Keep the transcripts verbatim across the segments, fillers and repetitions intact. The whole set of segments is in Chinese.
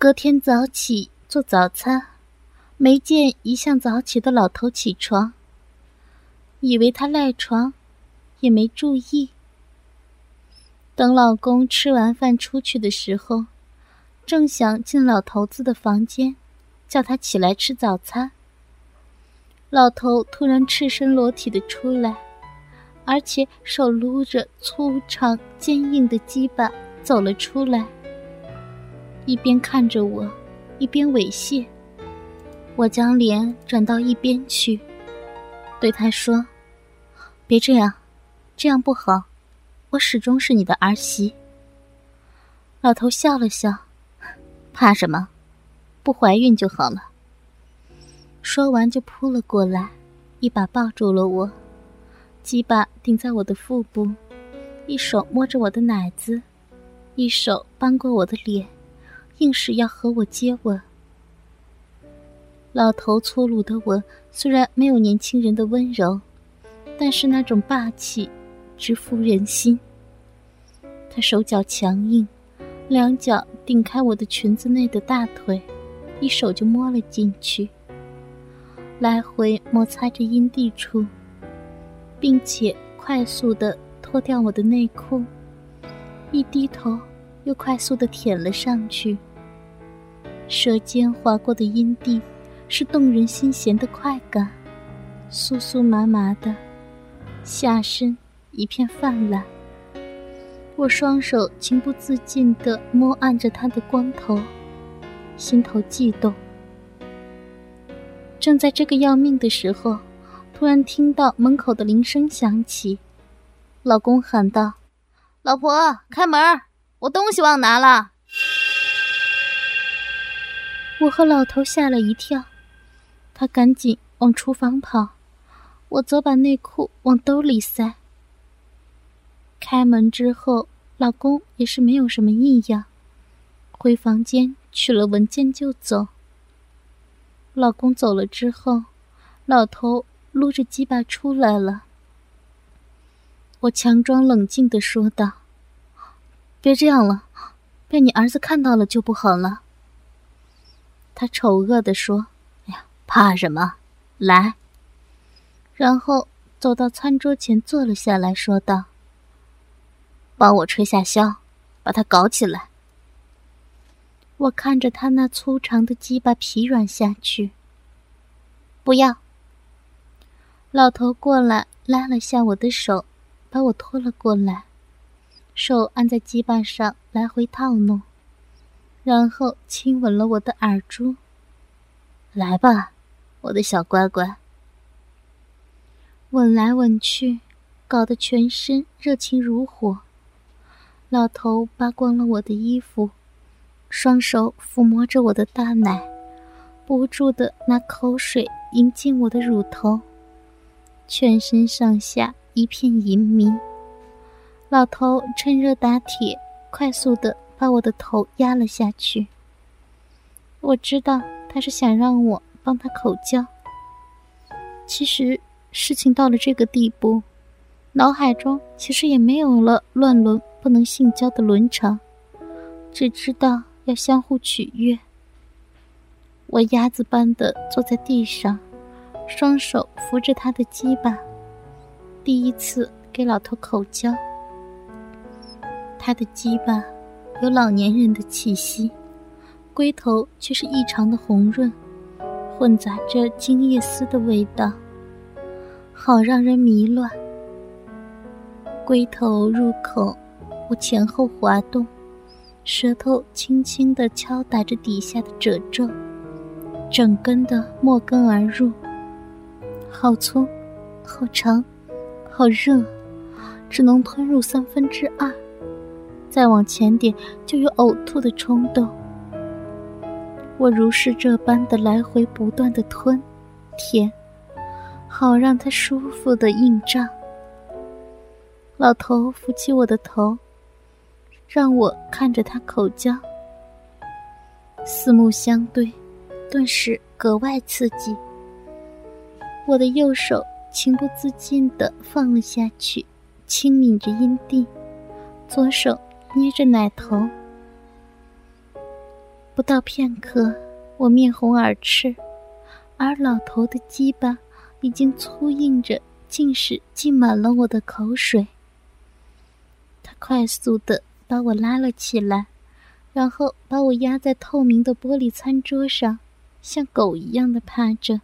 隔天早起做早餐，没见一向早起的老头起床，以为他赖床，也没注意。等老公吃完饭出去的时候，正想进老头子的房间，叫他起来吃早餐。老头突然赤身裸体的出来，而且手撸着粗长坚硬的鸡巴走了出来，一边看着我，一边猥亵。我将脸转到一边去，对他说：别这样，这样不好，我始终是你的儿媳。老头笑了笑：怕什么？不怀孕就好了。说完就扑了过来，一把抱住了我，鸡巴顶在我的腹部，一手摸着我的奶子，一手扳过我的脸，硬是要和我接吻。老头粗鲁的吻虽然没有年轻人的温柔，但是那种霸气直扑人心。他手脚强硬，两脚顶开我的裙子内的大腿，一手就摸了进去，来回摩擦着阴蒂处，并且快速地脱掉我的内裤，一低头又快速地舔了上去。舌尖划过的阴蒂是动人心弦的快感，酥酥麻麻的，下身一片泛滥。我双手情不自禁地摸按着他的光头，心头悸动。正在这个要命的时候，突然听到门口的铃声响起，老公喊道：老婆，开门，我东西忘拿了。我和老头吓了一跳，他赶紧往厨房跑，我则把内裤往兜里塞。开门之后，老公也是没有什么异样，回房间取了文件就走。老公走了之后，老头撸着鸡巴出来了。我强装冷静地说道：别这样了，被你儿子看到了就不好了。他丑恶地说：哎呀，怕什么？来。然后走到餐桌前坐了下来，说道：帮我吹下箫，把它搞起来。我看着他那粗长的鸡巴疲软下去。不要。老头过来拉了下我的手，把我拖了过来，手按在鸡巴上来回套弄，然后亲吻了我的耳珠。来吧，我的小乖乖。吻来吻去，搞得全身热情如火。老头扒光了我的衣服，双手抚摸着我的大奶，不住地拿口水迎进我的乳头，全身上下一片淫迷。老头趁热打铁，快速地把我的头压了下去。我知道他是想让我帮他口交。其实事情到了这个地步，脑海中其实也没有了乱伦不能性交的伦常，只知道要相互取悦。我鸭子般地坐在地上，双手扶着他的鸡巴，第一次给老头口交。他的鸡巴有老年人的气息，龟头却是异常的红润，混杂着精液丝的味道，好让人迷乱。龟头入口，我前后滑动，舌头轻轻地敲打着底下的褶皱，整根的没根而入，好粗，好长，好热，只能吞入三分之二，再往前点就有呕吐的冲动。我如是这般的来回不断的吞舔，好让它舒服的硬胀。老头扶起我的头，让我看着他口交，四目相对，顿时格外刺激。我的右手情不自禁地放了下去，轻抿着阴蒂，左手捏着奶头。 不到片刻，我面红耳赤，而老头的鸡巴已经粗硬着，尽是浸满了我的口水。他快速地把我拉了起来，然后把我压在透明的玻璃餐桌上，像狗一样的趴着。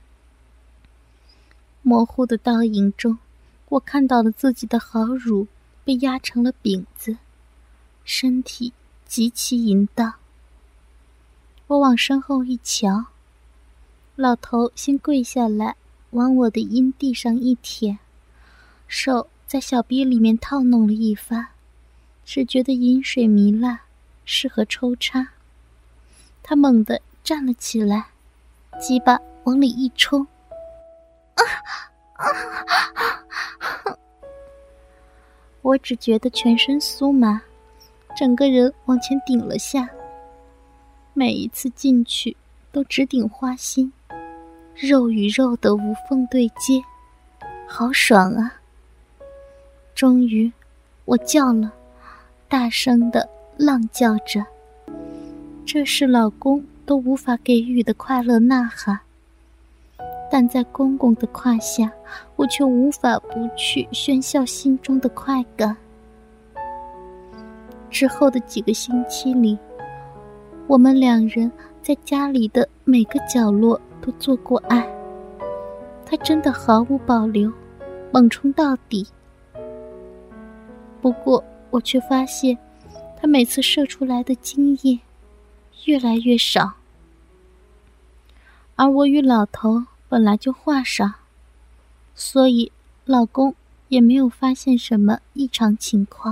模糊的倒影中，我看到了自己的好乳被压成了饼子，身体极其淫荡。我往身后一瞧，老头先跪下来，往我的阴蒂上一舔，手在小逼里面套弄了一番，只觉得饮水糜烂，适合抽插。他猛地站了起来，鸡巴往里一冲，啊啊！我只觉得全身酥麻，整个人往前顶了下。每一次进去都直顶花心，肉与肉的无缝对接，好爽啊！终于，我叫了，大声地浪叫着，这是老公都无法给予的快乐呐喊。但在公公的胯下，我却无法不去喧嚣心中的快感。之后的几个星期里，我们两人在家里的每个角落都做过爱，他真的毫无保留，猛冲到底。不过我却发现，他每次射出来的精液越来越少，而我与老头本来就话少，所以老公也没有发现什么异常情况。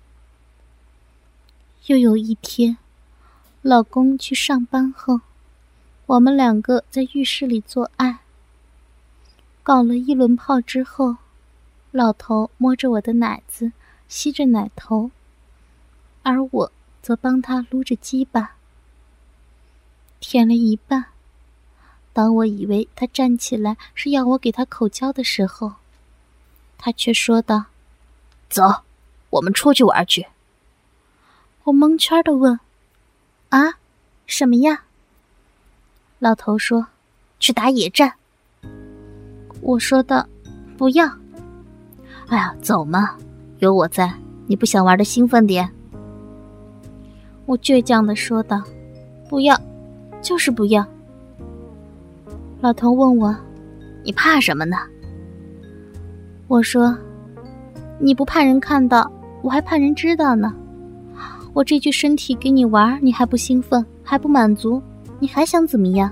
又有一天，老公去上班后，我们两个在浴室里做爱。搞了一轮泡之后，老头摸着我的奶子，吸着奶头，而我则帮他撸着鸡巴。舔了一半，当我以为他站起来是要我给他口交的时候，他却说道：“ 走，我们出去玩去。” 我蒙圈地问：“啊，什么呀？”老头说：“去打野战。”我说道：“不要。” 哎呀，走嘛，有我在，你不想玩的兴奋点？ 我倔强地说道：“不要，就是不要。”老头问我：“ 你怕什么呢？” 我说：“你不怕人看到，我还怕人知道呢。我这具身体给你玩，你还不兴奋，还不满足，你还想怎么样？”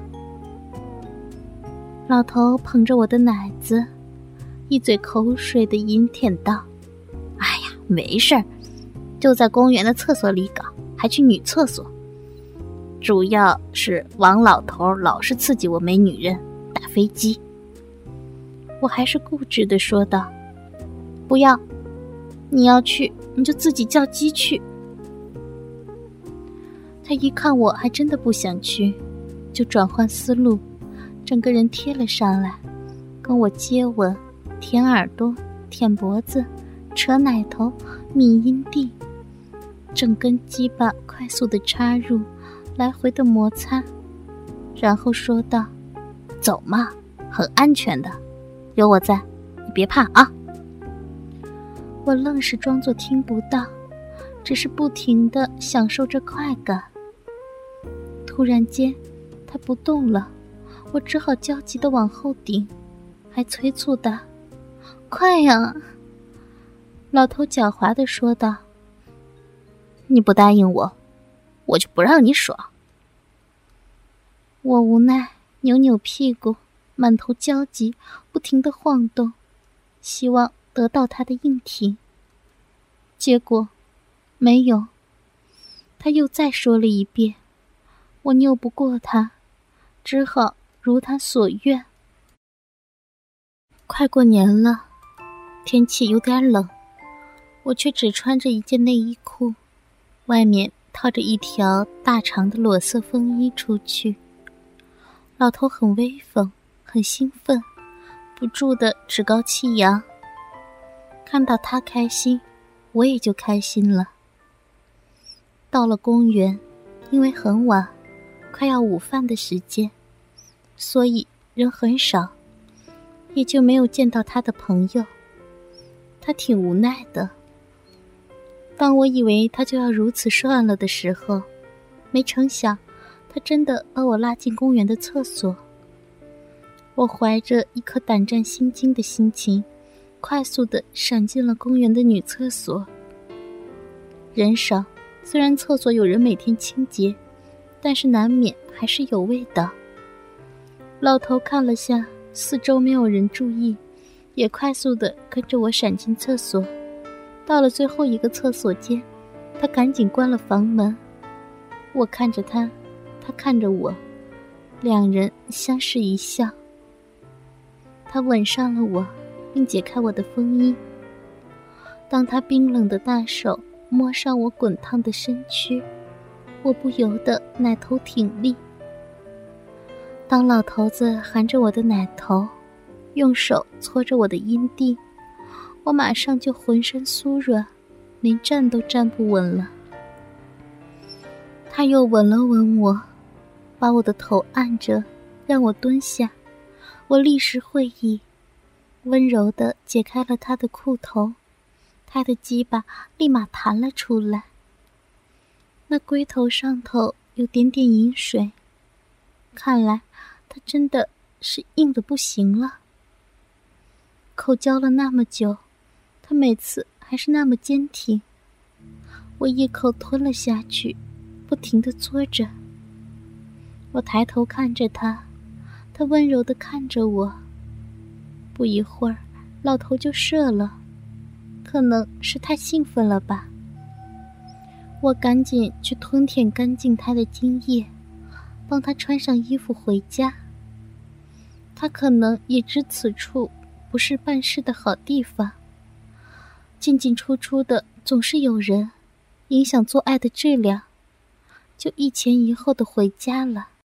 老头捧着我的奶子，一嘴口水的饮舔道：“ 哎呀，没事儿，就在公园的厕所里搞，还去女厕所。主要是王老头老是刺激我美女人打飞机。” 我还是固执地说道：“不要，你要去你就自己叫鸡去。”他一看我还真的不想去，就转换思路，整个人贴了上来，跟我接吻，舔耳朵，舔脖子，扯奶头，抿阴蒂，整根鸡巴快速地插入，来回的摩擦，然后说道：“ 走嘛，很安全的，有我在，你别怕啊。” 我愣是装作听不到，只是不停地享受着快感。突然间，他不动了，我只好焦急地往后顶，还催促道：“快呀！”老头狡猾地说道：“ 你不答应我，我就不让你爽。” 我无奈扭扭屁股，满头焦急，不停地晃动，希望得到他的应挺。结果没有，他又再说了一遍，我拗不过他，只好如他所愿。快过年了，天气有点冷，我却只穿着一件内衣裤，外面套着一条大长的裸色风衣出去。老头很威风，很兴奋，不住地趾高气扬。看到他开心，我也就开心了。到了公园，因为很晚， 快要午饭的时间，所以人很少，也就没有见到他的朋友。他挺无奈的。当我以为他就要如此算了的时候，没成想他真的把我拉进公园的厕所。我怀着一颗胆战心惊的心情，快速地闪进了公园的女厕所。人少，虽然厕所有人每天清洁，但是难免还是有味道。老头看了下四周没有人注意，也快速地跟着我闪进厕所。到了最后一个厕所间，他赶紧关了房门。我看着他，他看着我，两人相视一笑。他吻上了我，并解开我的风衣。当他冰冷的大手摸上我滚烫的身躯，我不由得奶头挺立。当老头子含着我的奶头，用手搓着我的阴蒂，我马上就浑身酥软，连站都站不稳了。他又吻了吻我，把我的头按着，让我蹲下。我立时会意，温柔地解开了他的裤头，他的鸡巴立马弹了出来。那龟头上头有点点饮水，看来他真的是硬得不行了。口交了那么久，他每次还是那么坚挺。我一口吞了下去，不停地嘬着。我抬头看着他，他温柔地看着我。不一会儿，老头就射了，可能是太兴奋了吧。我赶紧去吞舔干净他的精液，帮他穿上衣服回家。他可能也知此处不是办事的好地方，进进出出的总是有人，影响做爱的质量，就一前一后的回家了。